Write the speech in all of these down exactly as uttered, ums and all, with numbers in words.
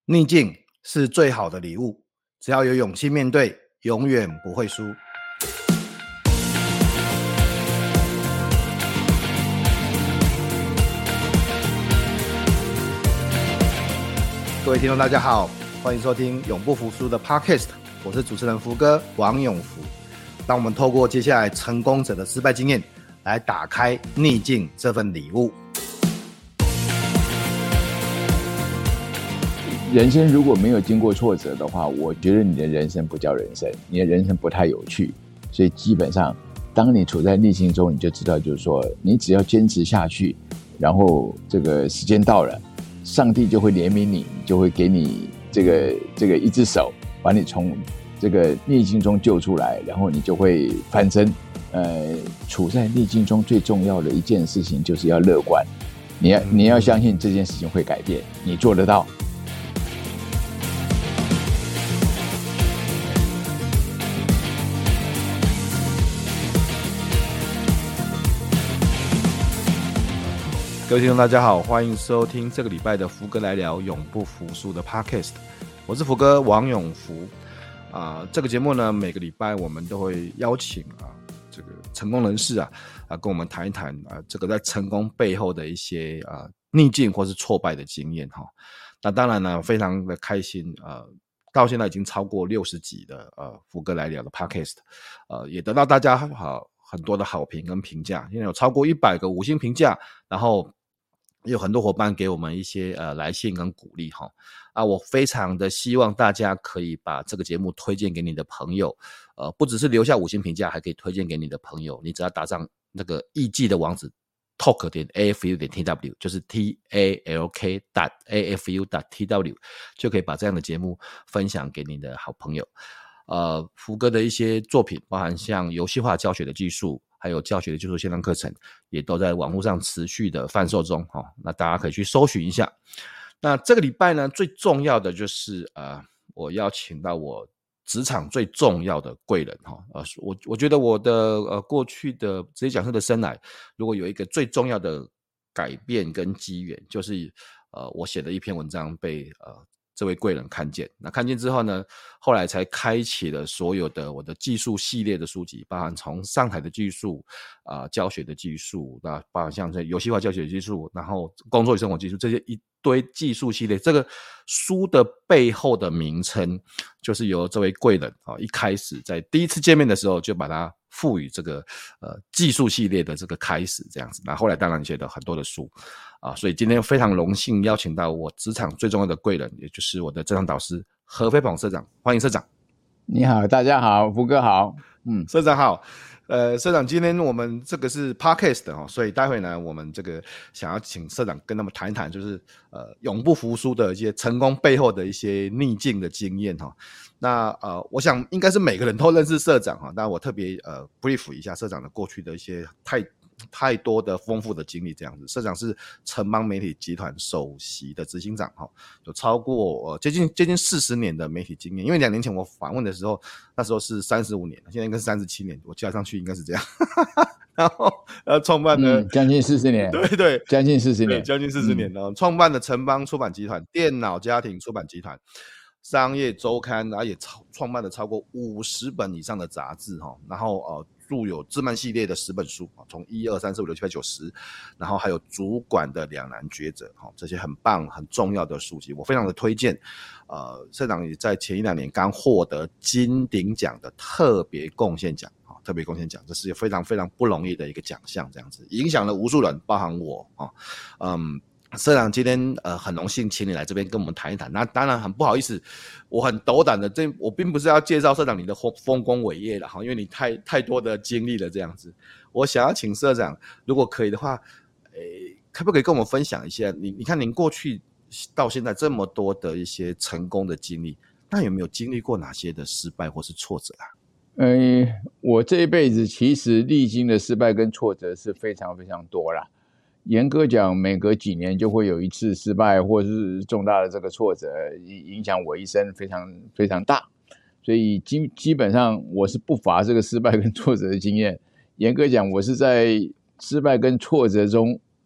逆境是最好的礼物，只要有勇气面对，永远不会输。各位听众大家好，欢迎收听永不服输的 Podcast， 我是主持人福哥王永福。让我们透过接下来成功者的失败经验，来打开逆境这份礼物。 人生如果没有经过挫折的话，我觉得你的人生不叫人生，你的人生不太有趣。所以基本上当你处在逆境中，你就知道就是说你只要坚持下去，然后这个时间到了，上帝就会怜悯你，就会给你这个这个一只手把你从这个逆境中救出来，然后你就会翻身。呃，处在逆境中最重要的一件事情就是要乐观，你要你要相信这件事情会改变，你做得到。 各位听众大家好，欢迎收听这个礼拜的福哥来聊永不服输的 Podcast， 我是福哥王永福。啊，这个节目呢，每个礼拜我们都会邀请啊这个成功人士啊啊跟我们谈一谈啊这个在成功背后的一些啊逆境或是挫败的经验哈。那当然呢，非常的开心啊，到现在已经超过六十集的呃福哥来聊的 Podcast， 呃也得到大家好很多的好评跟评价，现在有超过一百个五星评价，然后也有很多伙伴给我们一些呃来信跟鼓励哈啊，我非常的希望大家可以把这个节目推荐给你的朋友，呃，不只是留下五星评价，还可以推荐给你的朋友。你只要打上那个艺伎的网址 talk 点 a f u 点 t w， 就是 t a l k 点 a f u 点 t w， 就可以把这样的节目分享给你的好朋友。呃，福哥的一些作品，包含像游戏化教学的技术，还有教学的技术线上课程，也都在网络上持续的贩售中哈、哦。那大家可以去搜寻一下。那这个礼拜呢，最重要的就是呃，我邀请到我职场最重要的贵人哈。呃，我我觉得我的呃过去的职业讲师的生涯，如果有一个最重要的改变跟机缘，就是呃我写的一篇文章被呃。这位贵人看见，那看见之后呢，后来才开启了所有的我的技术系列的书籍，包含从上台的技术啊、呃、教学的技术，那包含像这游戏化教学的技术，然后工作与生活技术，这些一堆技术系列。这个书的背后的名称就是由这位贵人啊、哦、一开始在第一次见面的时候就把它赋予这个呃技术系列的这个开始这样子。那后来当然写了很多的书啊，所以今天非常荣幸邀请到我职场最重要的贵人，也就是我的职场导师何飞鹏社长，欢迎社长。 你好，大家好，福哥好。 嗯，社长好。呃，社长，今天我们这个是 Podcast 哦，所以待会呢，我们这个想要请社长跟他们谈一谈，就是呃永不服输的一些成功背后的一些逆境的经验哈、哦。那呃，我想应该是每个人都认识社长哈，但我特别呃 brief 一下社长的过去的一些太太多的丰富的经历这样子。社长是城邦媒体集团首席的执行长哈，有超过呃接近接近四十年的媒体经验。因为两年前我访问的时候，那时候是三十五年，现在应该是三十七年，我加上去应该是这样。然后呃创办了、 嗯、将近四十年， 对对， 将近四十年， 将近四十年了、嗯。创办了城邦出版集团、电脑家庭出版集团、商业周刊，然后也创办了超过五十本以上的杂志哈，然后呃。著有智曼系列的十本书，从一二三四五六七八九十，然后还有主管的两难抉择，这些很棒很重要的书籍，我非常的推荐。呃，社长也在前一两年刚获得金鼎奖的特别贡献奖，特别贡献奖，这是非常非常不容易的一个奖项，这样子影响了无数人，包含我啊，嗯。社长今天呃很荣幸请你来这边跟我们谈一谈。那当然很不好意思，我很斗胆的，这我并不是要介绍社长你的丰功伟业了哈，因为你太太多的经历了这样子。我想要请社长，如果可以的话，诶，可不可以跟我们分享一下？你你看您过去到现在这么多的一些成功的经历，那有没有经历过哪些的失败或是挫折啊？ 呃，我这一辈子其实历经的失败跟挫折是非常非常多啦。严格讲，每隔几年就会有一次失败或是重大的这个挫折，影响我一生非常非常大。所以基基本上我是不乏这个失败跟挫折的经验。严格讲，我是在失败跟挫折中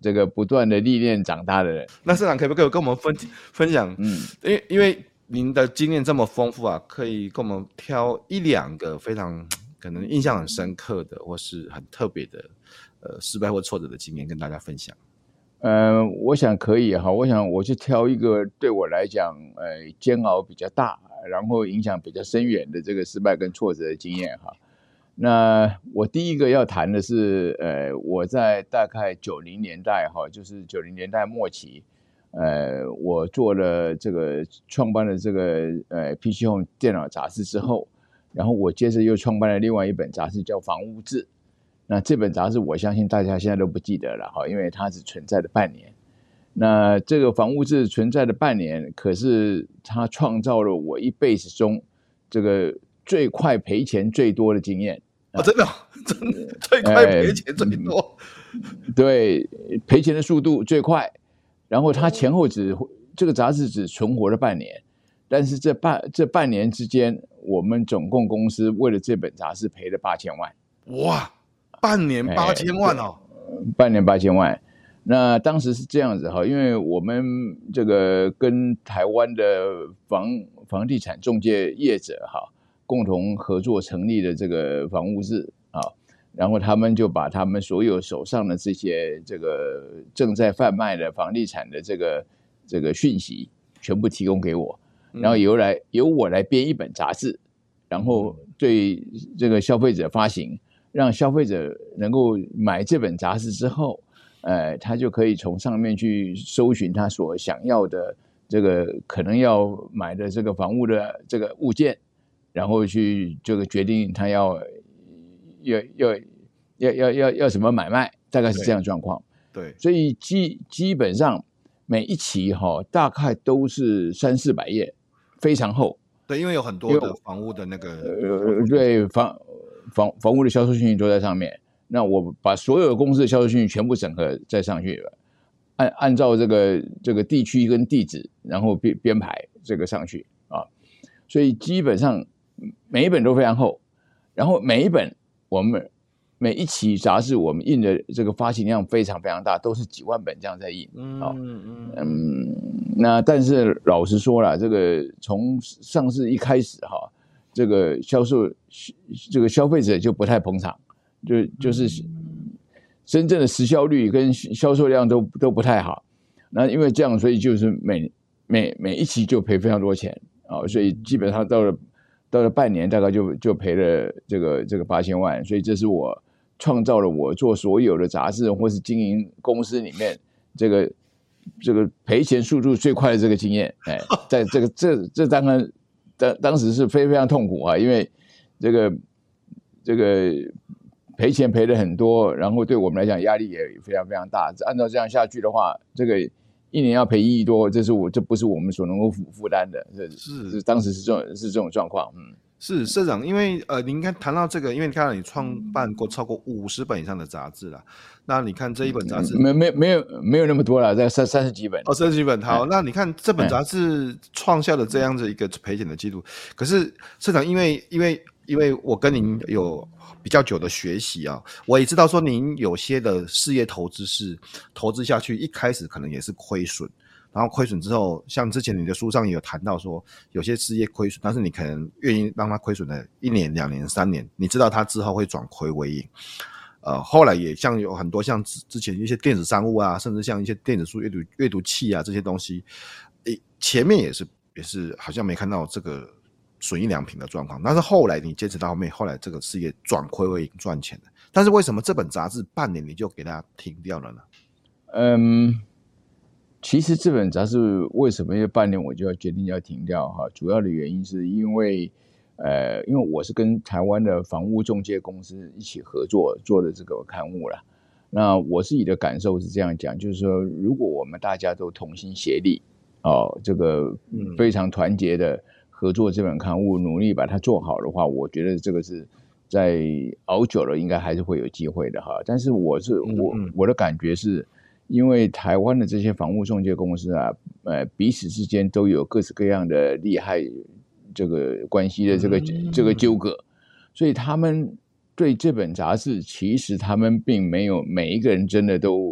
这个不断的历练长大的人。 那社长可不可以跟我们分分享？嗯，因为因为您的经验这么丰富啊，可以跟我们挑一两个非常可能印象很深刻的，或是很特别的呃失败或挫折的经验跟大家分享。 呃，我想可以哈，我想我就挑一个对我来讲，呃，煎熬比较大，然后影响比较深远的这个失败跟挫折的经验哈。那我第一个要谈的是，呃，我在大概九零年代哈，就是九零年代末期，呃，我做了这个创办了这个呃 P C Home 电脑杂志之后，然后我接着又创办了另外一本杂志叫《房屋志》。那这本杂志我相信大家现在都不记得了哈，因为它只存在了半年。那这个《房屋志》存在了半年，可是它创造了我一辈子中这个最快赔钱最多的经验。 哦，真的、哦，真的最快赔钱最多、 哎，对，赔钱的速度最快。然后它前后只这个杂志只存活了半年，但是这半这半年之间，我们总共公司为了这本杂志赔了八千万。 哇，半年八千万哦！ 哎、半年八千万。那当时是这样子哈，因为我们这个跟台湾的房房地产中介业者哈。共同合作成立的这个房屋志啊，然后他们就把他们所有手上的这些这个正在贩卖的房地产的这个这个讯息全部提供给我，然后由来由我来编一本杂志，然后对这个消费者发行，让消费者能够买这本杂志之后，呃，他就可以从上面去搜寻他所想要的这个可能要买的这个房屋的这个物件。然后去这个决定他要要要要要要要什么买卖，大概是这样的状况。 对， 所以基基本上每一期哈、哦、大概都是三四百页，非常厚。 对，因为有很多的房屋的那个呃对房房房屋的销售讯息都在上面。那我把所有公司的销售讯息全部整合在上去了，按按照这个这个地区跟地址，然后编编排这个上去啊。所以基本上。每一本都非常厚，然后每一本我们每一期杂志我们印的这个发行量非常非常大，都是几万本这样在印。嗯嗯嗯。那但是老实说了，这个从上市一开始哈，这个销售这个消费者就不太捧场，就就是真正的时销率跟销售量都都不太好。那因为这样，所以就是每每每一期就赔非常多钱啊，所以基本上到了。到了半年，大概就就赔了这个这个八千万，所以这是我创造了我做所有的杂志或是经营公司里面这个这个赔钱速度最快的这个经验。哎，在这个这这当然当当时是非非常痛苦啊，因为这个这个赔钱赔了很多，然后对我们来讲压力也非常非常大。按照这样下去的话，这个。一年要赔一亿多，这是我这不是我们所能够负负担的，是是当时是这种是这种状况，嗯， 是社长，因为呃，您看谈到这个，因为你看到你创办过超过五十本以上的杂志了，那你看这一本杂志， 没没没有没有那么多了，在三三十几本， 哦，三十几本，好，嗯、那你看这本杂志创下了这样的一个赔钱的记录，可是社长，因为因为因为我跟您有。比较久的学习啊，我也知道说您有些的事业投资是投资下去，一开始可能也是亏损，然后亏损之后，像之前你的书上也有谈到说，有些事业亏损，但是你可能愿意让它亏损了一年、两年、三年，你知道它之后会转亏为盈。呃，后来也像有很多像之前一些电子商务啊，甚至像一些电子书阅读阅读器啊这些东西，诶，前面也是也是好像没看到这个。损益两平的状况，但是后来你坚持到后面，后来这个事业转亏为盈赚钱的。但是为什么这本杂志半年你就给它停掉了呢？ 嗯，其实这本杂志为什么要半年我就要决定要停掉哈？主要的原因是因为，呃，因为我是跟台湾的房屋中介公司一起合作做的这个刊物啦。那我自己的感受是这样讲，就是说，如果我们大家都同心协力，哦，这个非常团结的。合作这本刊物，努力把它做好的话，我觉得这个是在熬久了，应该还是会有机会的哈。但是我是我我的感觉是，因为台湾的这些房屋中介公司啊，呃，彼此之间都有各式各样的利害这个关系的这个这个纠葛，所以他们对这本杂志，其实他们并没有每一个人真的都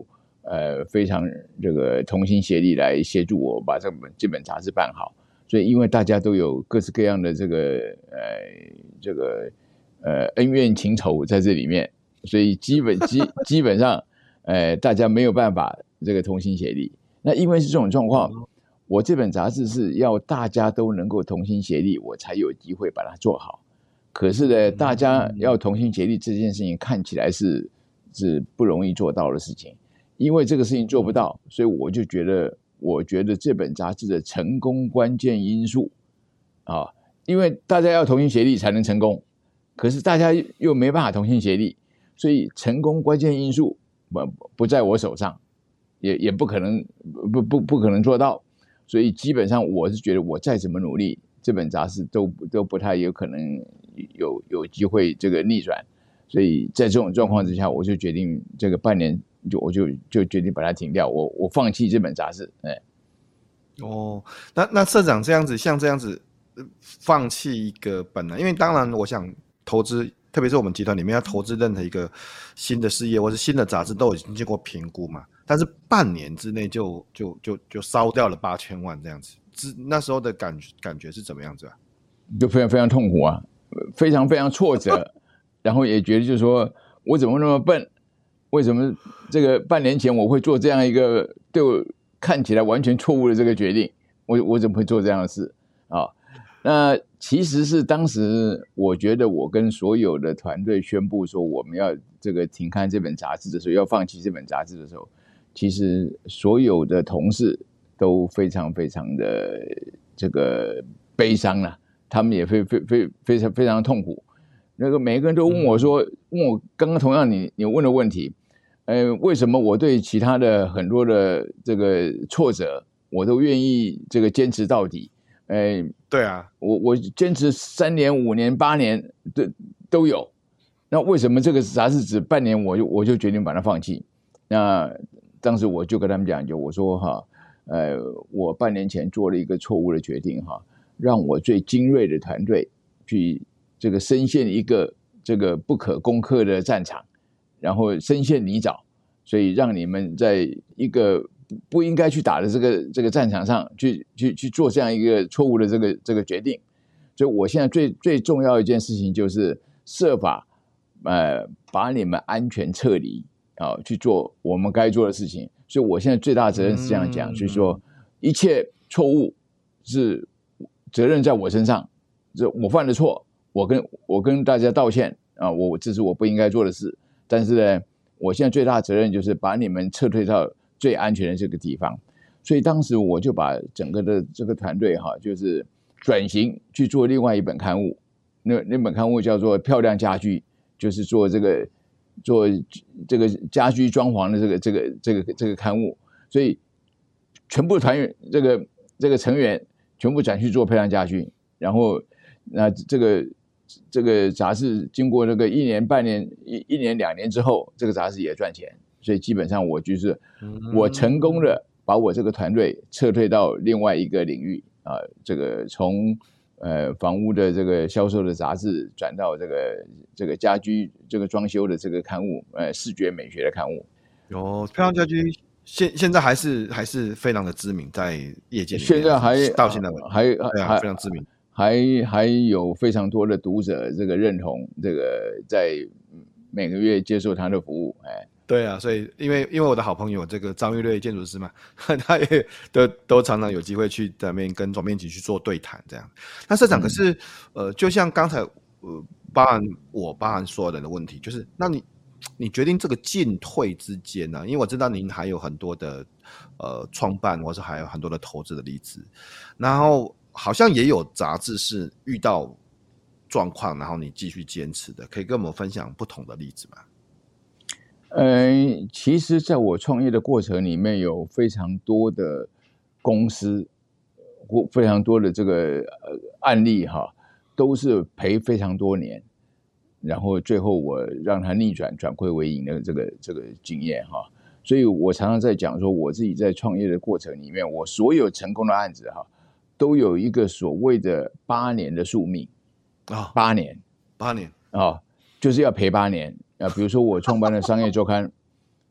呃非常这个同心协力来协助我把这本这本杂志办好。所以因为大家都有各式各样的这个呃这个呃恩怨情仇在这里面，所以基本基基本上呃大家没有办法这个同心协力。那因为是这种状况，我这本杂志是要大家都能够同心协力，我才有机会把它做好。可是呢，大家要同心协力这件事情看起来是是不容易做到的事情，因为这个事情做不到，所以我就觉得。我觉得这本杂志的成功关键因素啊，因为大家要同心协力才能成功，可是大家又没办法同心协力，所以成功关键因素不不在我手上，也也不可能不不不可能做到，所以基本上我是觉得我再怎么努力，这本杂志都都不太有可能有有机会这个逆转，所以在这种状况之下，我就决定这个半年。就我就就决定把它停掉，我我放弃这本杂志。哎， 哦，那那社长这样子，像这样子放弃一个本来，因为当然我想投资，特别是我们集团里面要投资任何一个新的事业或是新的杂志，都已经经过评估嘛。但是半年之内就就就就烧掉了八千万这样子，那时候的感感觉是怎么样子啊？ 就非常非常痛苦啊，非常非常挫折，然后也觉得就是说我怎么那么笨。为什么这个半年前我会做这样一个对我看起来完全错误的这个决定？我我怎么会做这样的事啊？那其实是当时我觉得我跟所有的团队宣布说我们要这个停刊这本杂志的时候，要放弃这本杂志的时候，其实所有的同事都非常非常的这个悲伤了，他们也非非非非常非常痛苦。那个每个人都问我说，问我刚刚同样你你问的问题。呃，为什么我对其他的很多的这个挫折，我都愿意这个坚持到底？呃， 对啊， 我我坚持三年、五年、八年都都有。那为什么这个杂志只半年我就我就决定把它放弃？那当时我就跟他们讲，就我说哈，呃，我半年前做了一个错误的决定哈，让我最精锐的团队去这个深陷一个这个不可攻克的战场。然后深陷泥沼，所以让你们在一个不应该去打的这个这个战场上去去去做这样一个错误的这个这个决定。所以我现在最最重要的一件事情就是设法呃把你们安全撤离啊，去做我们该做的事情。所以我现在最大的责任是这样讲，就是说一切错误是责任在我身上，这我犯的错，我跟我跟大家道歉啊，我这是我不应该做的事。但是呢，我现在最大的责任就是把你们撤退到最安全的这个地方。所以当时我就把整个的这个团队哈，就是转型去做另外一本刊物。那那本刊物叫做《漂亮家居》，就是做这个做这个家居装潢的这个这个这个这个刊物。所以全部团员这个这个成员全部转去做《漂亮家居》，然后那这个。这个杂志经过这个一年半年一一年两年之后，这个杂志也赚钱，所以基本上我就是我成功的把我这个团队撤退到另外一个领域啊，这个从呃房屋的这个销售的杂志转到这个这个家居这个装修的这个刊物，呃视觉美学的刊物。 有漂亮家居现现在还是还是非常的知名，在业界里面， 现在还到现在为止还还非常知名。 还还有非常多的读者这个认同，这个在每个月接受他的服务。哎， 对啊，所以因为因为我的好朋友这个张玉瑞建筑师嘛，他也都都常常有机会去那边跟总编辑去做对谈这样。那社长可是、嗯、呃，就像刚才呃，包含我包含所有人的问题，就是那你你决定这个进退之间呢、啊？因为我知道您还有很多的呃创办，或是还有很多的投资的例子，然后。好像也有杂志是遇到状况，然后你继续坚持的，可以跟我们分享不同的例子吗？ 呃，其实在我创业的过程里面，有非常多的公司，非常多的这个呃案例哈，都是赔非常多年，然后最后我让它逆转转亏为盈的这个这个经验哈。所以我常常在讲说，我自己在创业的过程里面，我所有成功的案子哈。都有一个所谓的八年的宿命啊， 八年， 八年啊，就是要赔八年啊。比如说我创办的商业周刊，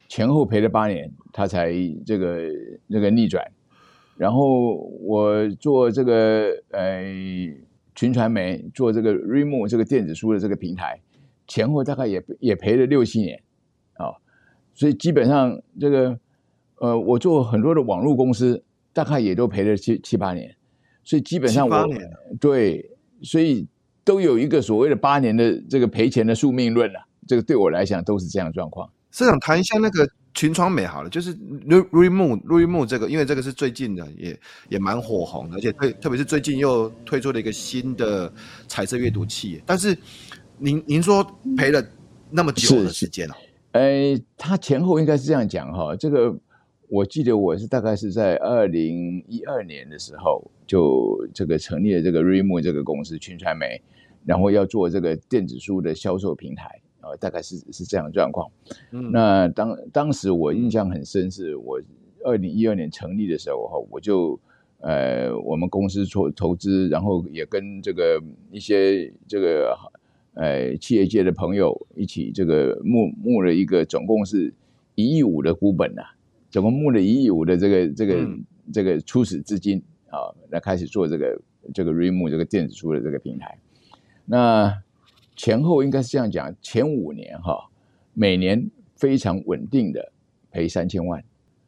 前后赔了八年，他才这个这个逆转。然后我做这个呃群传媒，做这个 Readmoo 这个电子书的这个平台，前后大概也也赔了六七年啊、哦。所以基本上这个呃，我做很多的网络公司，大概也都赔了七七八年。所以基本上我七八年对，所以都有一个所谓的八年的这个赔钱的宿命论了、啊。这个对我来讲都是这样的状况。 社长谈一下那个群创美好了，就是 Readmoo Readmoo 这个，因为这个是最近的，也也蛮火红的，而且特别是最近又推出了一个新的彩色阅读器。但是您您说赔了那么久的时间哦？ 呃，他前后应该是这样讲哈。这个我记得我是大概是在二零一二年的时候就这个成立了这个 Readmoo 这个公司群传媒，然后要做这个电子书的销售平台。呃、大概是是这样的状况。嗯、那当当时我印象很深，是我二零一二年成立的时候，我就呃我们公司投投资，然后也跟这个一些这个呃企业界的朋友一起这个募募了一个总共是一亿五的股本呐、啊，总共募了一亿五的这个这个、嗯、这个初始资金啊，来开始做这个这个 Readmoo 这个电子书的这个平台。那前后应该是这样讲，前五年哈，每年非常稳定的赔三千万，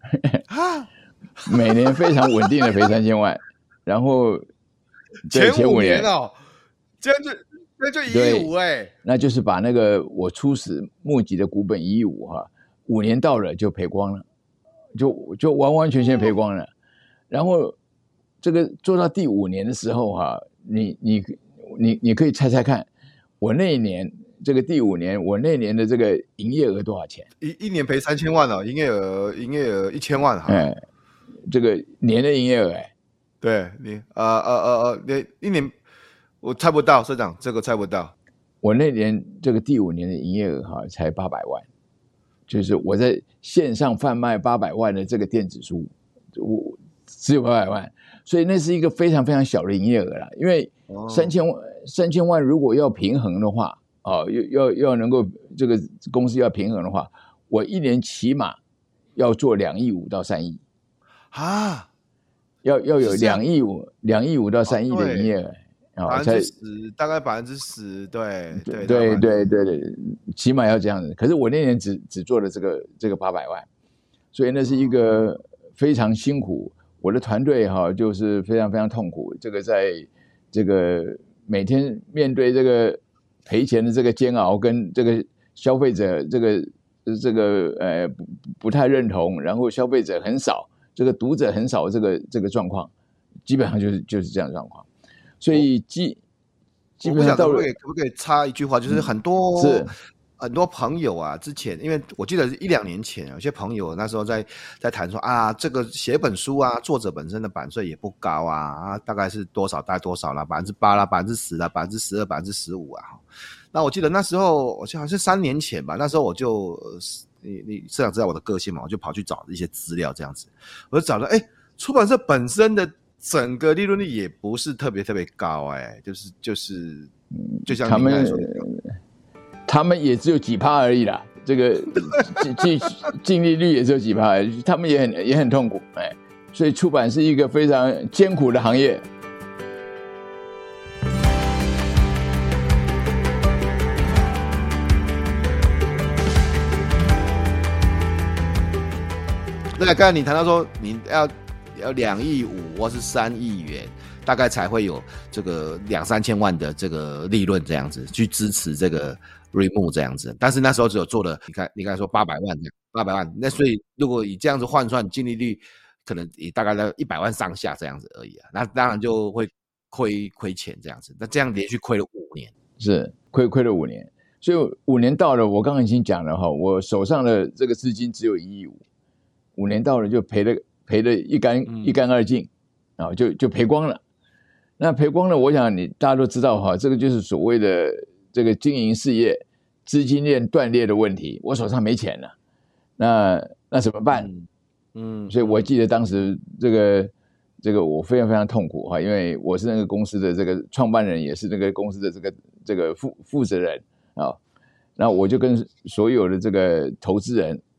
每年非常稳定的赔三千万，然后前五年哦，这样就那就一亿五哎， 那就是把那个我初始募集的股本一亿五哈，五年到了就赔光了，就就完完全全赔光了。然后这个做到第五年的时候哈，你你你你可以猜猜看。我那一年，这个第五年，我那一年的这个营业额多少钱？ 一一年赔三千万哦，营业额营业额一千万哈。 哎，这个年的营业额哎， 对你呃呃呃呃，一年我猜不到，社长这个猜不到。 我那年这个第五年的营业额哈才八百万，就是我在线上贩卖八百万的这个电子书，我只有八百万，所以那是一个非常非常小的营业额啦，因为三千万。哦三千万如果要平衡的话，哦，要要要能够这个公司要平衡的话，我一年起码要做两亿五到三亿啊， 要要有两亿五两亿五到三亿的营业额， 百分之十，大概百分之十，对对对对对对，起码要这样子。可是我那年只只做了这个这个八百万，所以那是一个非常辛苦，我的团队哈就是非常非常痛苦，这个在这个。每天面对这个赔钱的这个煎熬，跟这个消费者这个这个呃不不太认同，然后消费者很少，这个读者很少，这个这个状况，基本上就是就是这样的状况。所以基基本上到了， 可不可以插一句话，就是很多、嗯、是很多朋友啊，之前因为我记得一两年前，有些朋友那时候在在谈说啊，这个写本书啊，作者本身的版税也不高啊，啊大概是多少，大概多少啦，百分之八啦，百分之十啦，百分之十二，百分之十五啊。那我记得那时候，我记得好像是三年前吧，那时候我就，呃、你你社长知道我的个性嘛，我就跑去找一些资料，这样子，我就找了，哎、欸，出版社本身的整个利润率也不是特别特别高、欸，哎，就是就是，就像你刚才说的。 他们也只有几趴而已啦，这个净净利率也只有几趴而已，他们也很也很痛苦，哎，所以出版是一个非常艰苦的行业。 那刚才你谈到说你要要两亿五或是三亿元，大概才会有这个两三千万的这个利润，这样子去支持这个。Readmoo 这样子，但是那时候只有做了，你看，你刚才说八百万这样，八百万，那所以如果以这样子换算，净利率可能也大概在一百万上下这样子而已啊，那当然就会亏亏钱这样子，那这样连续亏了五年， 是亏亏了五年，所以五年到了，我刚刚已经讲了哈，我手上的这个资金只有一亿五，五年到了就赔了赔了一干、嗯、一干二净啊，就就赔光了。那赔光了，我想你大家都知道哈，这个就是所谓的这个经营事业。资金链断裂的问题，我手上没钱了，那那怎么办？嗯，嗯所以我记得当时这个这个我非常非常痛苦哈，因为我是那个公司的这个创办人，也是那个公司的这个这个负负责人啊。那我就跟所有的这个投资人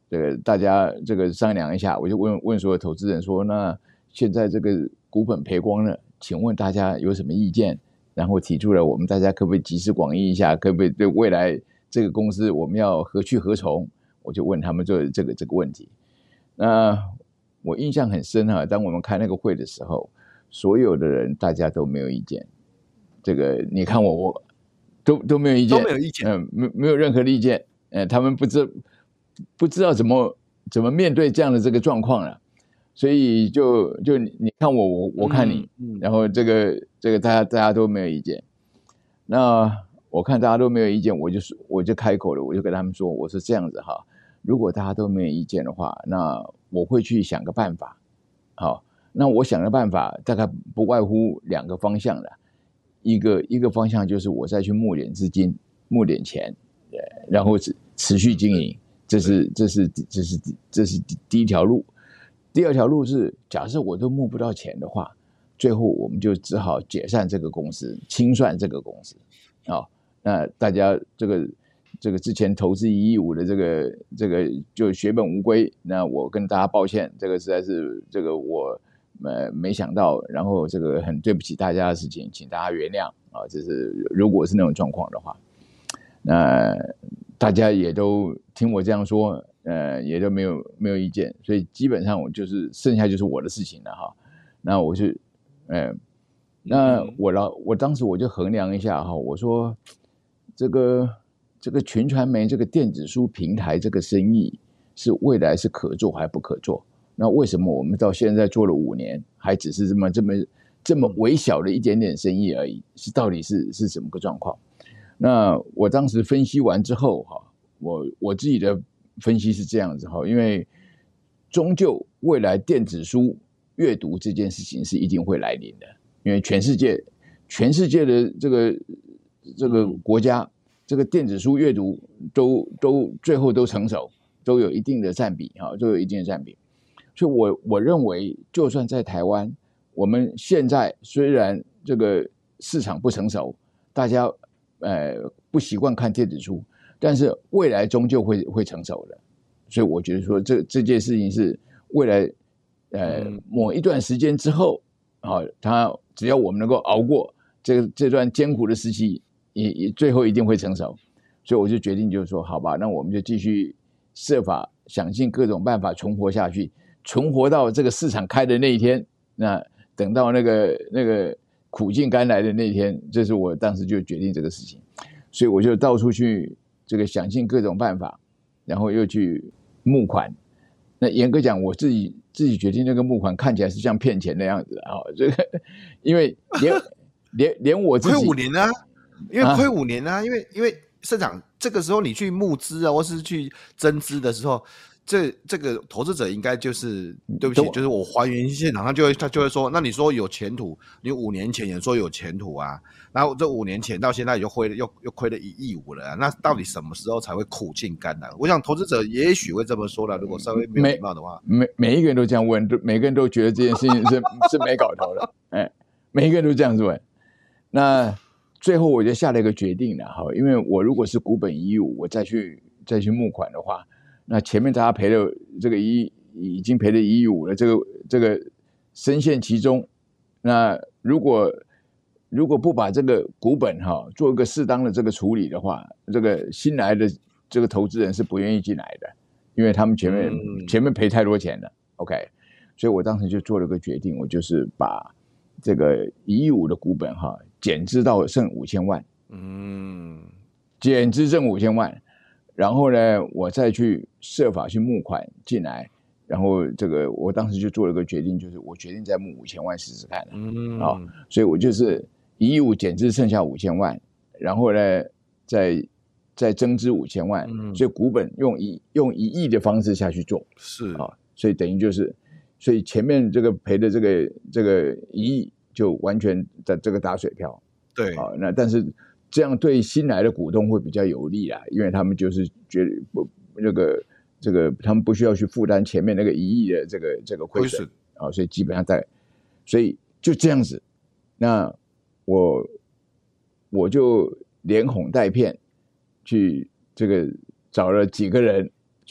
这个大家这个商量一下，我就问问所有投资人说，那现在这个股本赔光了，请问大家有什么意见？然后提出了我们大家可不可以集思广益一下，可不可以对未来这个公司我们要何去何从？我就问他们这这个这个问题。那我印象很深啊，当我们开那个会的时候，所有的人大家都没有意见。这个你看我我都都没有意见， 都没有意见， 嗯，没没有任何的意见，呃，他们不知不知道怎么怎么面对这样的这个状况了。所以就就你看我我我看你，嗯嗯、然后这个这个大家大家都没有意见。那我看大家都没有意见，我就我就开口了，我就跟他们说，我是这样子哈，如果大家都没有意见的话，那我会去想个办法。好，那我想的办法大概不外乎两个方向了，一个一个方向就是我再去募点资金，募点钱，然后持续经营，这是这是这是这是第一条路。第二条路是，假设我都募不到钱的话，最后我们就只好解散这个公司，清算这个公司。啊、哦，那大家这个这个之前投资一亿五的这个这个就血本无归。那我跟大家抱歉，这个实在是这个我呃没想到，然后这个很对不起大家的事情，请大家原谅啊。这是如果是那种状况的话，那大家也都听我这样说。呃，也都没有没有意见，所以基本上我就是剩下就是我的事情了哈。那我是，呃，那我老我当时我就衡量一下哈，我说这个这个群传媒这个电子书平台这个生意是未来是可做还不可做？那为什么我们到现在做了五年，还只是这么这么这么微小的一点点生意而已？是到底是是怎么个状况？那我当时分析完之后哈，我我自己的分析是这样子哈，因为终究未来电子书阅读这件事情是一定会来临的，因为全世界全世界的这个这个国家，这个电子书阅读都都最后都成熟，都有一定的占比哈，都有一定的占比。所以我我认为，就算在台湾，我们现在虽然这个市场不成熟，大家呃不习惯看电子书。但是未来终究会会成熟的，所以我觉得说这这件事情是未来呃某一段时间之后啊，它只要我们能够熬过这个这段艰苦的时期，也也最后一定会成熟。所以我就决定就是说，好吧，那我们就继续设法想尽各种办法存活下去，存活到这个市场开的那一天。那等到那个那个苦尽甘来的那一天，这是我当时就决定这个事情。所以我就到处去。这个想尽各种办法，然后又去募款。那严格讲，我自己自己决定那个募款看起来是像骗钱的样子啊！这个因为连连连我自己亏五年啊，因为亏五年啊，啊因为因为社长这个时候你去募资啊，或是去增资的时候，这这个投资者应该就是对不起，就是我还原现场，他就会他就会说，那你说有前途，你五年前也说有前途啊。然后这五年前到现在又亏了，又又亏了一亿五了、啊，那到底什么时候才会苦尽甘来？我想投资者也许会这么说了，如果稍微没有礼貌的话， 每每一个人都这样问，每个人都觉得这件事情是是没搞头的，哎，每一个人都这样子问。那最后我就下了一个决定了哈，因为我如果是股本一亿五，我再去再去募款的话，那前面大家赔了这个一已经赔了一亿五了，这个这个深陷其中，那如果如果不把这个股本哈做一个适当的这个处理的话，这个新来的这个投资人是不愿意进来的，因为他们前面、嗯、前面赔太多钱了 ，OK， 所以我当时就做了个决定，我就是把这个一亿五的股本哈减资到剩五千万，嗯，减资剩五千万，然后呢，我再去设法去募款进来。然后这个我当时就做了个决定，就是我决定再募五千万试试看了，嗯，好，所以我就是一亿五减资剩下五千万，然后呢再再增资五千万，嗯，所以股本用一用一亿的方式下去做， 是啊，所以等于就是，所以前面这个赔的这个这个一亿就完全的这个打水漂， 对， 啊，那但是这样对新来的股东会比较有利啦，因为他们就是觉得不那个。这个他们不需要去负担前面那个一亿的这个这个亏损啊，所以基本上在，所以就这样子，那我我就连哄带骗去这个找了几个人，最后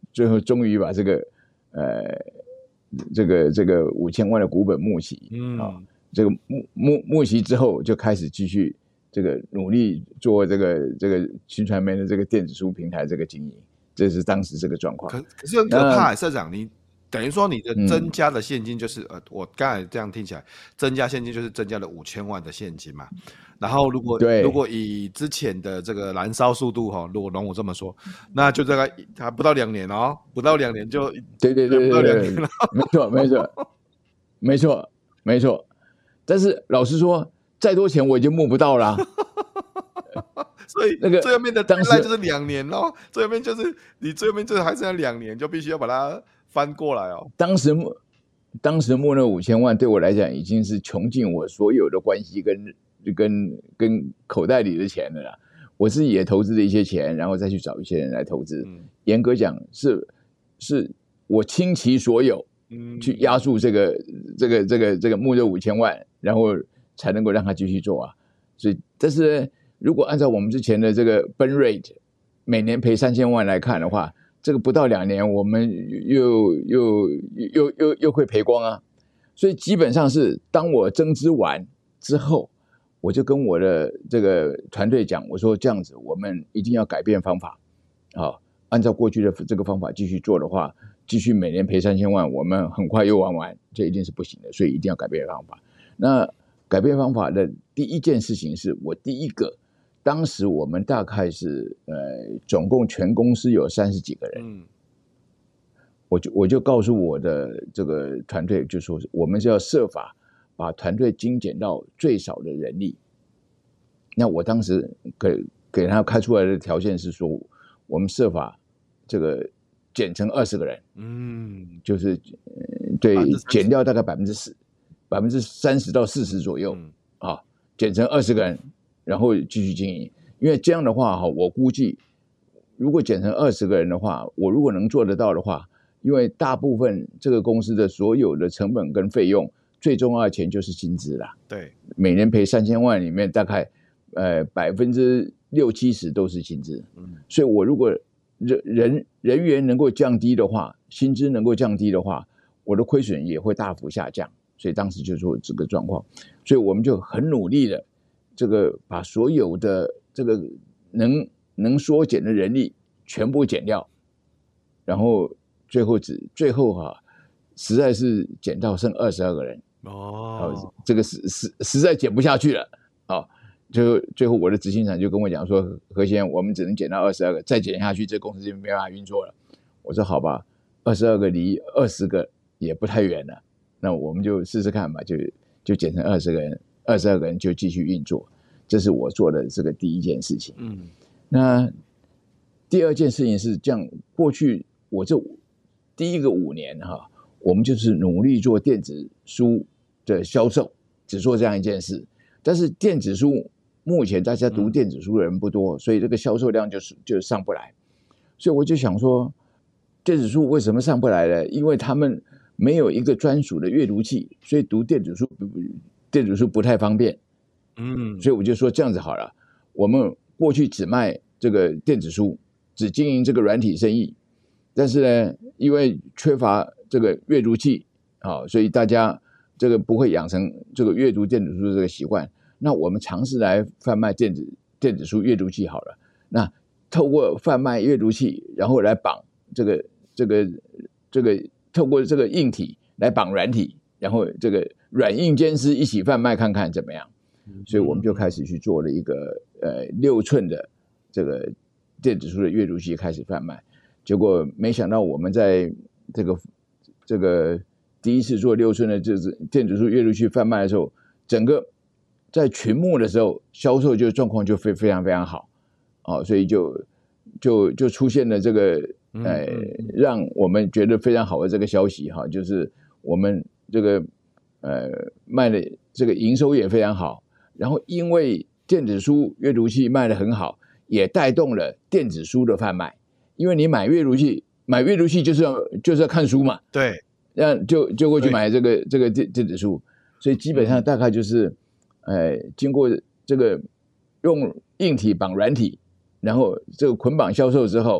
最后终于把这个呃这个这个五千万的股本募齐，嗯，哦，这个募募募齐之后就开始继续这个努力做这个这个新传媒的这个电子书平台这个经营，这是当时这个状况。 可可是很可怕，社长，你等于说你的增加的现金就是、嗯、呃，我刚才这样听起来，增加现金就是增加了五千万的现金嘛。然后如果如果以之前的这个燃烧速度哈，如果容我这么说，那就大概还不到两年哦，不到两年就对对对对对，不到两年了，没错没错没错没错。但是老实说，再多钱我已经募不到了、啊。 所以那个最后面的当时就是两年咯，最后面就是你最后面就是还剩下两年，就必须要把它翻过来哦。 当时募当时募那五千万对我来讲已经是穷尽我所有的关系跟跟跟口袋里的钱了啦。我自己也投资了一些钱，然后再去找一些人来投资。嗯、严格讲是是我倾其所有，嗯，去压住这个这个这个这个募这五千万，然后才能够让他继续做啊。所以，但是呢，如果按照我们之前的这个 burn rate， 每年赔三千万来看的话，这个不到两年，我们又又又又又会赔光啊。所以基本上是当我增资完之后，我就跟我的这个团队讲，我说这样子，我们一定要改变方法，好，按照过去的这个方法继续做的话，继续每年赔三千万，我们很快又玩完，这一定是不行的，所以一定要改变方法。那改变方法的第一件事情是我第一个，当时我们大概是呃，总共全公司有三十几个人，嗯，我就我就告诉我的这个团队，就说我们是要设法把团队精简到最少的人力。那我当时给给他开出来的条件是说，我们设法这个减成二十个人，嗯，就是、呃、对减掉大概百分之四。百分之三十到四十左右，嗯、啊，减成二十个人，然后继续经营。因为这样的话，哈，我估计如果减成二十个人的话，我如果能做得到的话，因为大部分这个公司的所有的成本跟费用，最重要的钱就是薪资啦。 对， 每年赔三千万里面，大概呃百分之六七十都是薪资。嗯，所以我如果人人人员能够降低的话，薪资能够降低的话，我的亏损也会大幅下降。所以当时就说这个状况，所以我们就很努力的，这个把所有的这个能能缩减的人力全部减掉，然后最后只最后哈、啊，实在是减到剩二十二个人哦，这个实实实在减不下去了啊，就最后我的执行长就跟我讲说，何先，我们只能减到二十二个，再减下去，这公司就没办法运作了。我说好吧，二十二个离二十个也不太远了。那我们就试试看吧，就就减成二十个人，二十二个人就继续运作，这是我做的这个第一件事情。嗯，那第二件事情是这样，过去我这第一个五年哈，我们就是努力做电子书的销售，只做这样一件事。但是电子书目前大家读电子书的人不多，所以这个销售量就是就上不来。所以我就想说，电子书为什么上不来呢？因为他们没有一个专属的阅读器，所以读电子书电子书不太方便。嗯，所以我就说这样子好了，我们过去只卖这个电子书，只经营这个软体生意，但是呢，因为缺乏这个阅读器啊，所以大家这个不会养成这个阅读电子书的这个习惯。那我们尝试来贩卖电子电子书阅读器好了。那透过贩卖阅读器，然后来绑这个这个这个。透过这个硬体来绑软体，然后这个软硬兼施一起贩卖看看怎么样。所以我们就开始去做了一个呃六寸的这个电子书的阅读器开始贩卖。结果没想到我们在这个这个第一次做六寸的这电子书阅读器贩卖的时候，整个在群募的时候销售就状况就非非常非常好，哦，所以就就就出现了这个。呃，让我们觉得非常好的这个消息哈，就是我们这个呃卖的这个营收也非常好，然后因为电子书阅读器卖得很好，也带动了电子书的贩卖。因为你买阅读器，买阅读器就是要就是要看书嘛， 对， 那就就会去买这个这个电电子书，所以基本上大概就是呃经过这个用硬体绑软体，然后这个捆绑销售之后。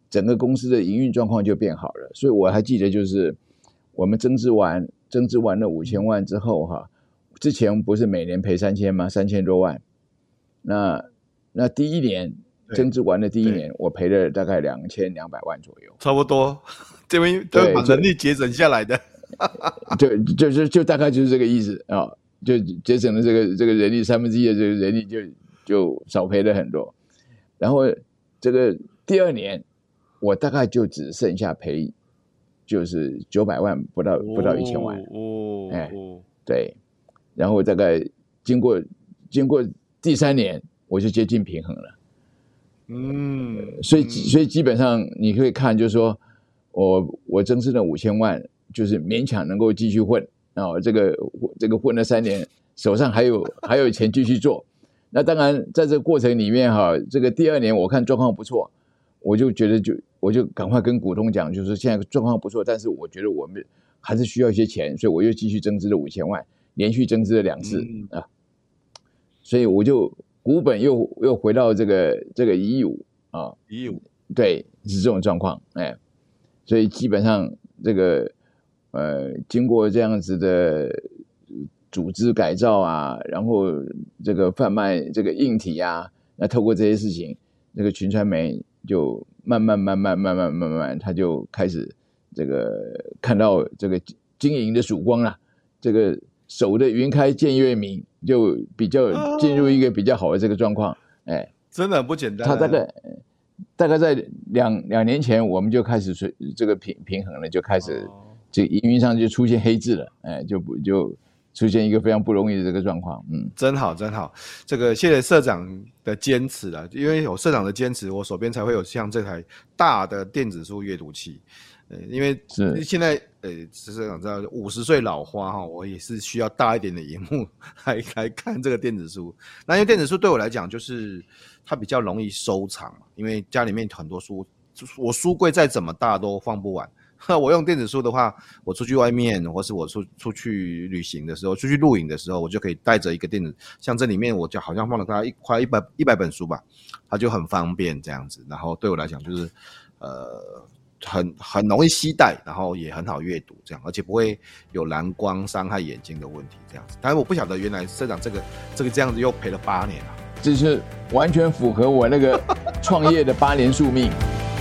整个公司的营运状况就变好了。所以我还记得，就是我们增资完，增资完了五千万之后哈，之前不是每年赔三千吗？三千多万。那那第一年增资完的第一年，我赔了大概两千两百万左右， 差不多。这边都把人力节省下来的， 对，就就就大概就是这个意思啊、哦，就节省了这个这个人力三分之一的这个人力就就少赔了很多。然后这个第二年，我大概就只剩下赔，就是九百万不到不到一千万哦， 哎，对，然后大概经过经过第三年，我就接近平衡了。 嗯， 所以所以基本上你可以看，就是说我我增资了五千万，就是勉强能够继续混啊、哦，这个这个混了三年，手上还有还有钱继续做。那当然在这个过程里面哈，这个第二年我看状况不错，我就觉得就我就赶快跟股东讲，就是现在状况不错，但是我觉得我们还是需要一些钱，所以我又继续增资了五千万，连续增资了两次、嗯、啊，所以我就股本又又回到这个这个一亿五啊， 一亿五， 对，是这种状况，哎，所以基本上这个呃，经过这样子的组织改造啊，然后这个贩卖这个硬体啊，那透过这些事情，这个群传媒就慢慢慢慢慢慢慢慢，他就开始这个看到这个经营的曙光啦，这个守得云开见月明，就比较进入一个比较好的这个状况，哎， 真的很不简单、 啊。他大概大概在两两年前，我们就开始这个平平衡了，就开始这营运上就出现黑字了，哎，就不就出现一个非常不容易的这个状况。嗯， 真好真好，这个谢谢社长的坚持啊，因为有社长的坚持，我手边才会有像这台大的电子书阅读器。呃，因为现在呃，社长知道五十岁老花哈，我也是需要大一点的萤幕来来看这个电子书。那因为电子书对我来讲，就是它比较容易收藏，因为家里面很多书，我书柜再怎么大都放不完。我用电子书的话，我出去外面，或是我出出去旅行的时候，出去露营的时候，我就可以带着一个电子，像这里面我就好像放了它一快一百一百本书吧，它就很方便这样子。然后对我来讲就是，呃。很很容易携带，然后也很好阅读，这样，而且不会有蓝光伤害眼睛的问题，这样子。但是我不晓得原来社长这个这个这样子又赔了八年啊， 这是完全符合我那个创业的八年宿命。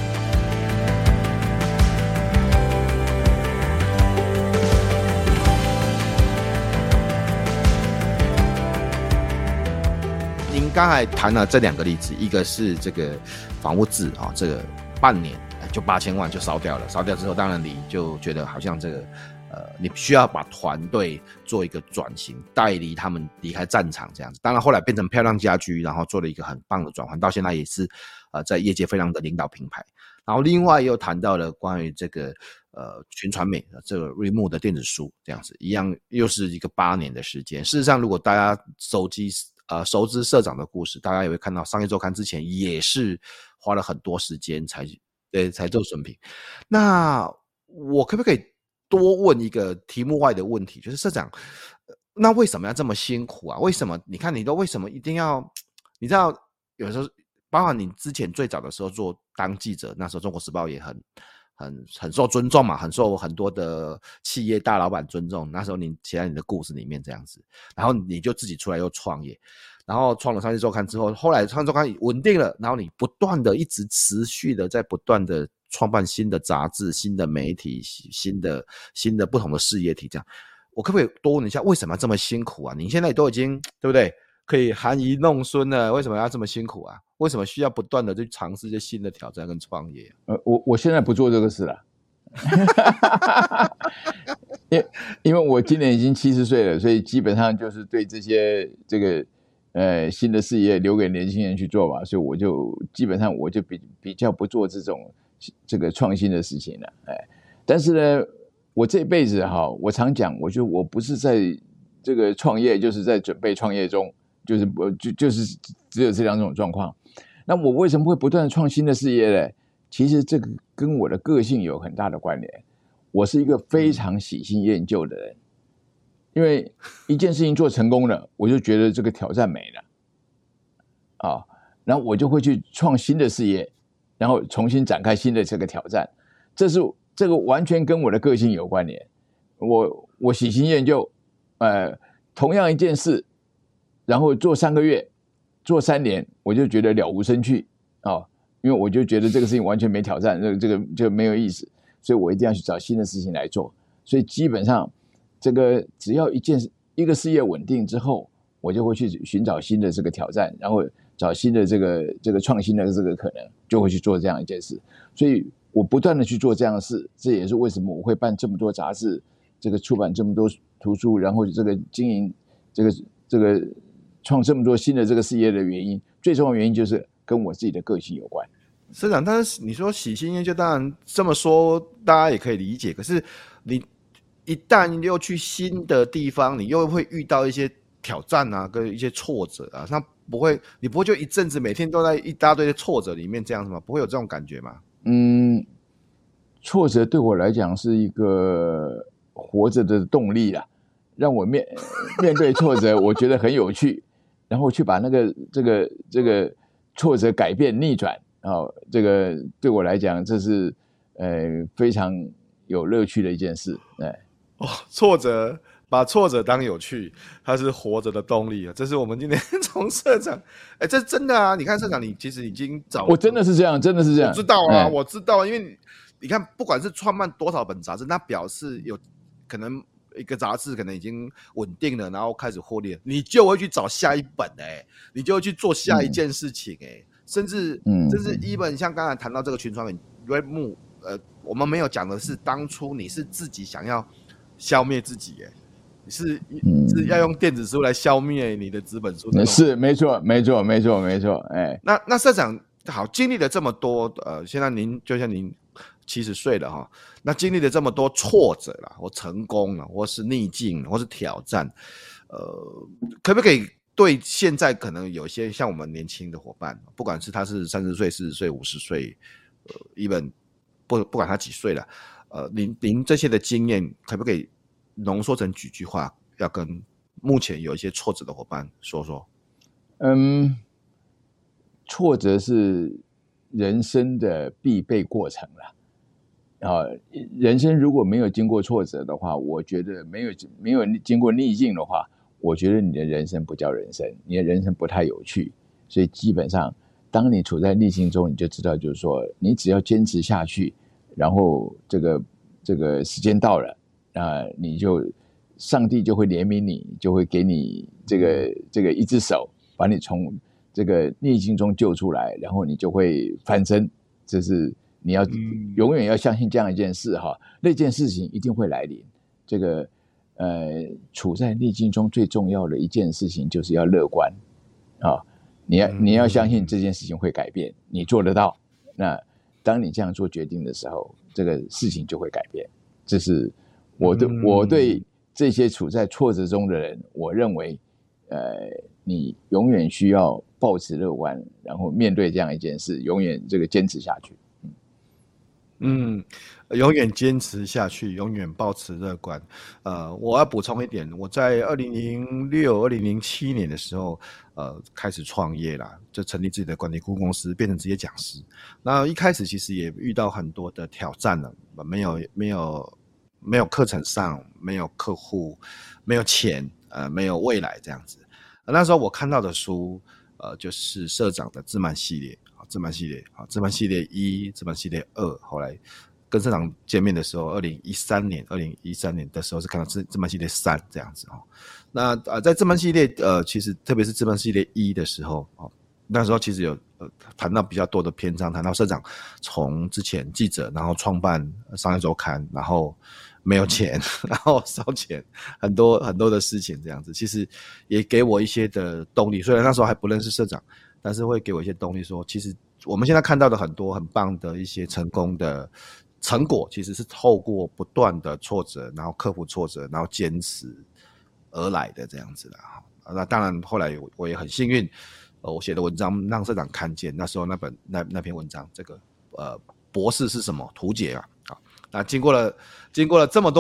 您刚才谈了这两个例子，一个是这个房屋制啊、哦，这个半年。就八千万就烧掉了，烧掉之后，当然你就觉得好像这个，呃，你需要把团队做一个转型，带离他们离开战场这样子。当然后来变成漂亮家居，然后做了一个很棒的转换，到现在也是，呃，在业界非常的领导品牌。然后另外又谈到了关于这个，呃，群传媒这个瑞木的电子书这样子，一样又是一个八年的时间。事实上，如果大家手机呃熟知社长的故事，大家也会看到商业周刊之前也是花了很多时间才。对，才做损评。那我可不可以多问一个题目外的问题，就是社长，那为什么要这么辛苦啊？为什么？你看你都为什么一定要？你知道，有时候包括你之前最早的时候做当记者，那时候《中国时报》也很很很受尊重嘛，很受很多的企业大老板尊重。那时候你写在你的故事里面这样子，然后你就自己出来又创业。然后创了商业周刊之后，后来商业周刊稳定了，然后你不断的一直持续的在不断的创办新的杂志、新的媒体、新的新的不同的事业体，这样，我可不可以多问一下，为什么要这么辛苦啊？你现在都已经对不对，可以含饴弄孙了，为什么要这么辛苦啊？为什么需要不断的去尝试一些新的挑战跟创业、啊？ 呃，我我现在不做这个事了。因因为我今年已经七十岁了，所以基本上就是对这些这个。呃，新的事业留给年轻人去做吧，所以我就基本上我就比比较不做这种这个创新的事情了，哎，但是呢，我这辈子哈，我常讲，我觉得我不是在这个创业，就是在准备创业中，就是就就是只有这两种状况。那我为什么会不断创新的事业呢？其实这个跟我的个性有很大的关联。我是一个非常喜新厌旧的人。因为一件事情做成功了，我就觉得这个挑战没了啊，然后我就会去创新的事业然后重新展开新的这个挑战。这是这个完全跟我的个性有关联。我我喜新厌旧，呃，同样一件事，然后做三个月，做三年，我就觉得了无生趣啊、哦，因为我就觉得这个事情完全没挑战，这个这个就没有意思，所以我一定要去找新的事情来做。所以基本上，这个只要一件一个事业稳定之后，我就会去寻找新的这个挑战，然后找新的这个这个创新的这个可能，就会去做这样一件事。所以我不断的去做这样的事，这也是为什么我会办这么多杂志，这个出版这么多图书，然后这个经营这个这个创这么多新的这个事业的原因。最重要的原因就是跟我自己的个性有关。 社长，但是你说喜新厌旧，当然这么说大家也可以理解。可是你一旦又去新的地方，你又会遇到一些挑战啊，跟一些挫折啊，那不会，你不会就一阵子每天都在一大堆的挫折里面这样子吗？不会有这种感觉吗？ 嗯，挫折对我来讲是一个活着的动力啦，让我面面对挫折，我觉得很有趣，然后去把那个这个这个挫折改变逆转啊、哦，这个对我来讲，这是呃非常有乐趣的一件事。哎， 哦，挫折，把挫折当有趣，它是活着的动力啊！这是我们今天从社长，哎，这真的啊！你看社长，你其实已经找我真的是这样，真的是这样， 我知道啊， 哎、 我知道，因为你你看，不管是创办多少本杂志，那表示有可能一个杂志可能已经稳定了，然后开始获利了，你就会去找下一本哎、欸，你就会去做下一件事情哎、欸嗯，甚至、嗯、甚至一本像刚才谈到这个群创Red Moon，呃，我们没有讲的是当初你是自己想要消灭自己哎、欸。你 是,、嗯、是要用电子书来消灭你的纸本书的， 是没错，没错，没错，没错。哎， 那那社长好，经历了这么多，呃，现在您就像您七十岁了哈，那经历了这么多挫折啦，或成功了，或是逆境，或是挑战，呃，可不可以对现在可能有一些像我们年轻的伙伴，不管是他是三十岁、四十岁、五十岁，呃 ，even 不不管他几岁了，呃，您您这些的经验，可不可以浓缩成几句话，要跟目前有一些挫折的伙伴说说？ 嗯，挫折是人生的必备过程了。啊，人生如果没有经过挫折的话，我觉得没有没有经过逆境的话，我觉得你的人生不叫人生，你的人生不太有趣。所以基本上，当你处在逆境中，你就知道，就是说，你只要坚持下去，然后这个这个时间到了。啊、呃，你就上帝就会怜悯你，就会给你这个这个一只手，把你从这个逆境中救出来，然后你就会翻身。这是你要永远要相信这样一件事哈，那件事情一定会来临。这个呃，处在逆境中最重要的一件事情就是要乐观啊，你要你要相信这件事情会改变，你做得到。那当你这样做决定的时候，这个事情就会改变。这是。我对我对这些处在挫折中的人，我认为，呃，你永远需要抱持乐观，然后面对这样一件事，永远这个坚持下去。 嗯，永远坚持下去，永远保持乐观。呃，我要补充一点，我在二零零六、二零零七年的时候，呃，开始创业啦，就成立自己的管理顾问公司，变成职业讲师。那一开始其实也遇到很多的挑战了，没有没有。没有课程上，没有客户，没有钱，呃，没有未来这样子。呃、那时候我看到的书，呃，就是社长的自慢系列，啊，自慢系列，啊，自慢系列一，自慢系列二。后来跟社长见面的时候，二零一三年，二零一三年的时候是看到自自慢系列三这样子哦。那呃，在自慢系列，呃，其实特别是自慢系列一的时候，哦，那时候其实有呃谈到比较多的篇章，谈到社长从之前记者，然后创办商业周刊，然后没有钱，然后烧钱，很多很多的事情这样子，其实也给我一些的动力。虽然那时候还不认识社长，但是会给我一些动力说，其实我们现在看到的很多很棒的一些成功的成果，其实是透过不断的挫折，然后克服挫折，然后坚持而来的这样子啦。那当然后来我也很幸运，呃，我写的文章让社长看见，那时候那本那那篇文章，这个呃博士是什么图解啊？那经过了经过了这么多年，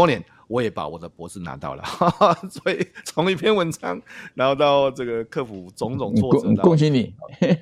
我也把我的博士拿到了，所以从一篇文章，然后到这个克服种种挫折， 恭喜你，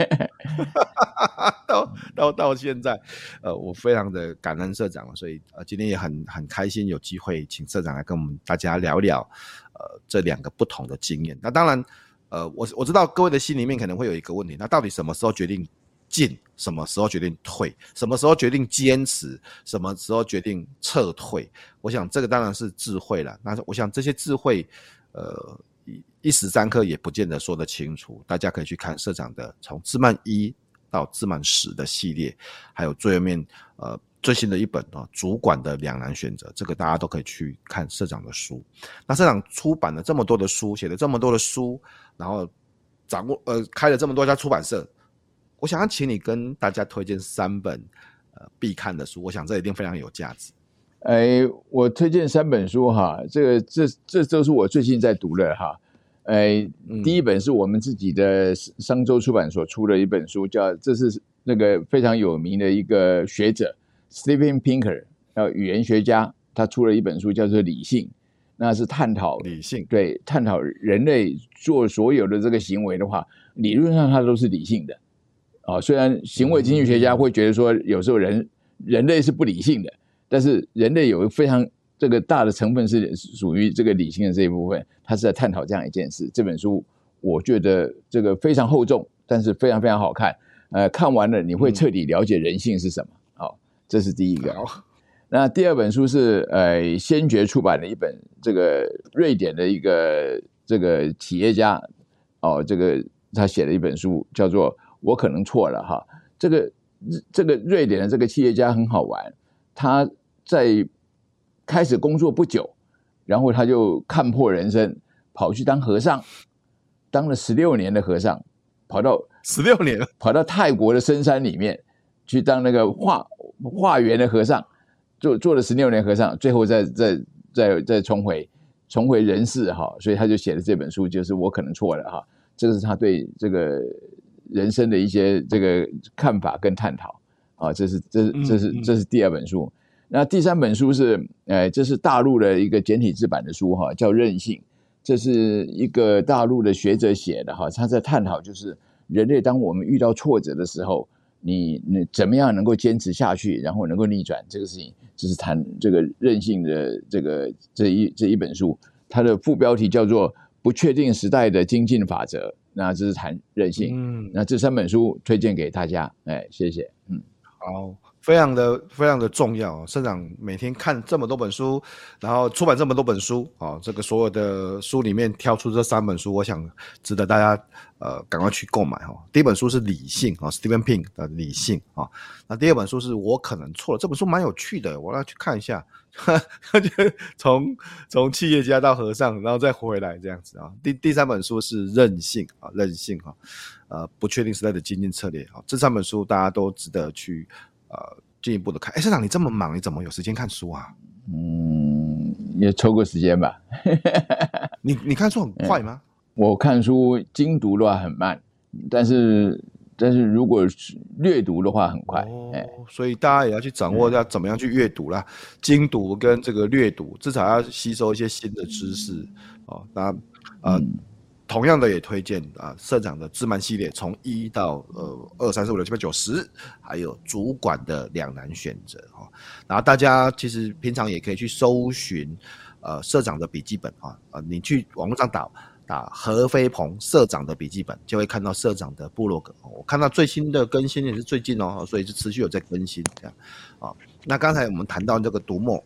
到到到现在，呃，我非常的感恩社长，所以呃，今天也很很开心有机会请社长来跟我们大家聊聊，呃，这两个不同的经验。那当然，呃，我我知道各位的心里面可能会有一个问题，那到底什么时候决定进，什么时候决定退，什么时候决定坚持，什么时候决定撤退？我想这个当然是智慧了。那我想这些智慧，呃，一时三刻也不见得说得清楚。大家可以去看社长的从自慢一到自慢十的系列，还有最后面呃最新的一本啊、哦，主管的两难选择，这个大家都可以去看社长的书。那社长出版了这么多的书，写了这么多的书，然后掌握呃开了这么多家出版社。我想要请你跟大家推荐三本呃必看的书，我想这一定非常有价值。 哎，我推荐三本书哈，这个这这都是我最近在读的哈。哎，第一本是我们自己的商周出版所出的一本书，叫这是那个非常有名的一个学者 Steven Pinker， 呃，语言学家，他出了一本书叫做《理性》，那是探讨理性，对， 探讨人类做所有的这个行为的话，理论上它都是理性的。啊，虽然行为经济学家会觉得说，有时候人人类是不理性的，但是人类有非常这个大的成分是属于这个理性的这一部分，他是在探讨这样一件事。这本书我觉得这个非常厚重，但是非常非常好看。呃，看完了你会彻底了解人性是什么。好、哦，这是第一个。那第二本书是呃先觉出版的一本，这个瑞典的一个这个企业家哦，这个他写的一本书叫做。我可能错了哈，这个这个瑞典的这个企业家很好玩，他在开始工作不久，然后他就看破人生，跑去当和尚，当了十六年的和尚，跑到十六年， 跑到泰国的深山里面去当那个化化缘的和尚，做做了十六年和尚，最后再再再再重回重回人世哈，所以他就写了这本书，就是我可能错了哈，这是他对这个。人生的一些这个看法跟探讨啊，这是这是这是这是第二本书。那第三本书是，呃，这是大陆的一个简体字版的书哈，叫《韧性》，这是一个大陆的学者写的哈，他在探讨就是人类当我们遇到挫折的时候，你你怎么样能够坚持下去，然后能够逆转这个事情，这是谈这个韧性的这个这一这一本书，它的副标题叫做《不确定时代的精进法则》。那这是谈韧性，嗯，那这三本书推荐给大家，哎，谢谢，嗯， 好，非常的非常的重要，社长每天看这么多本书，然后出版这么多本书，哦，这个所有的书里面挑出这三本书，我想值得大家呃赶快去购买哈。第一本书是理性啊 ，Steven Pink 的理性啊，那第二本书是我可能错了，这本书蛮有趣的，我要去看一下。从从企业家到和尚，然后再回来这样子啊。第第三本书是韧性啊，韧性啊，呃，不确定时代的经济策略啊。这三本书大家都值得去呃进一步的看。哎，社长你这么忙，你怎么有时间看书啊？ 嗯，也抽个时间吧。 你你看书很快吗？ 我看书精读的话很慢，但是。但是如果略读的话很快、哦欸、所以大家也要去掌握要怎么样去阅读啦，精读跟这个略读，至少要吸收一些新的知识哦。那呃、嗯，同样的也推荐啊，社长的自慢系列，从一到呃二三四五六七八九十，还有主管的两难选择哦。然后大家其实平常也可以去搜寻呃社长的笔记本啊，呃，你去网络上打。打何飞鹏社长的笔记本，就会看到社长的部落格。我看到最新的更新也是最近哦，所以是持续有在更新这样啊。那刚才我们谈到这个读墨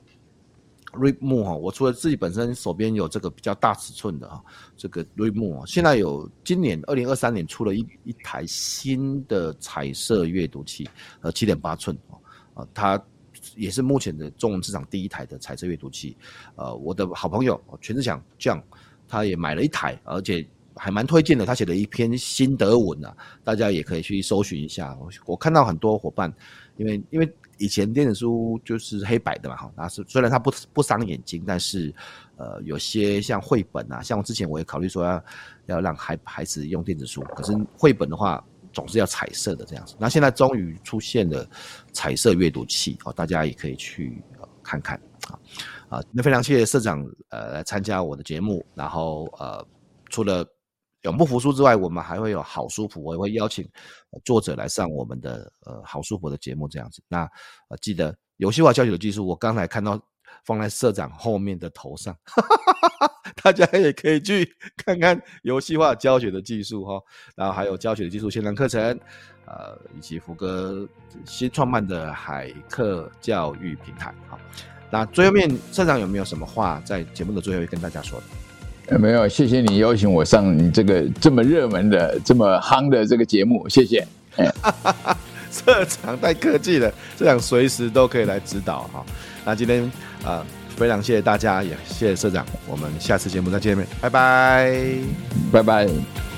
read more 我除了自己本身手边有这个比较大尺寸的啊，这个 read more 现在有今年二零二三年出了一一台新的彩色阅读器，呃 七点八寸啊，它也是目前的中文市场第一台的彩色阅读器。呃，我的好朋友全志强这样。他也买了一台，而且还蛮推荐的。他写了一篇心得文啊，大家也可以去搜寻一下。我看到很多伙伴，因为因为以前电子书就是黑白的嘛，哈，是虽然它不不伤眼睛，但是呃有些像绘本啊，像之前我也考虑说要要让孩孩子用电子书，可是绘本的话总是要彩色的这样子。那现在终于出现了彩色阅读器，哦，大家也可以去、呃、看看。 啊，那非常谢谢社长呃来参加我的节目，然后呃除了永不服输之外，我们还会有好书谱，我也会邀请作者来上我们的呃好书谱的节目这样子。那呃记得游戏化教学的技术，我刚才看到放在社长后面的头上，大家也可以去看看游戏化教学的技术哈，然后还有教学的技术线上课程，呃，以及福哥新创办的海课教育平台。好，那最后面社长有没有什么话在节目的最后跟大家说的？ 呃，没有，谢谢你邀请我上你这个这么热门的、这么夯的这个节目，谢谢。 社长太客气了，社长随时都可以来指导哈。那今天呃非常谢谢大家，也谢谢社长，我们下次节目再见面，拜拜， 拜拜。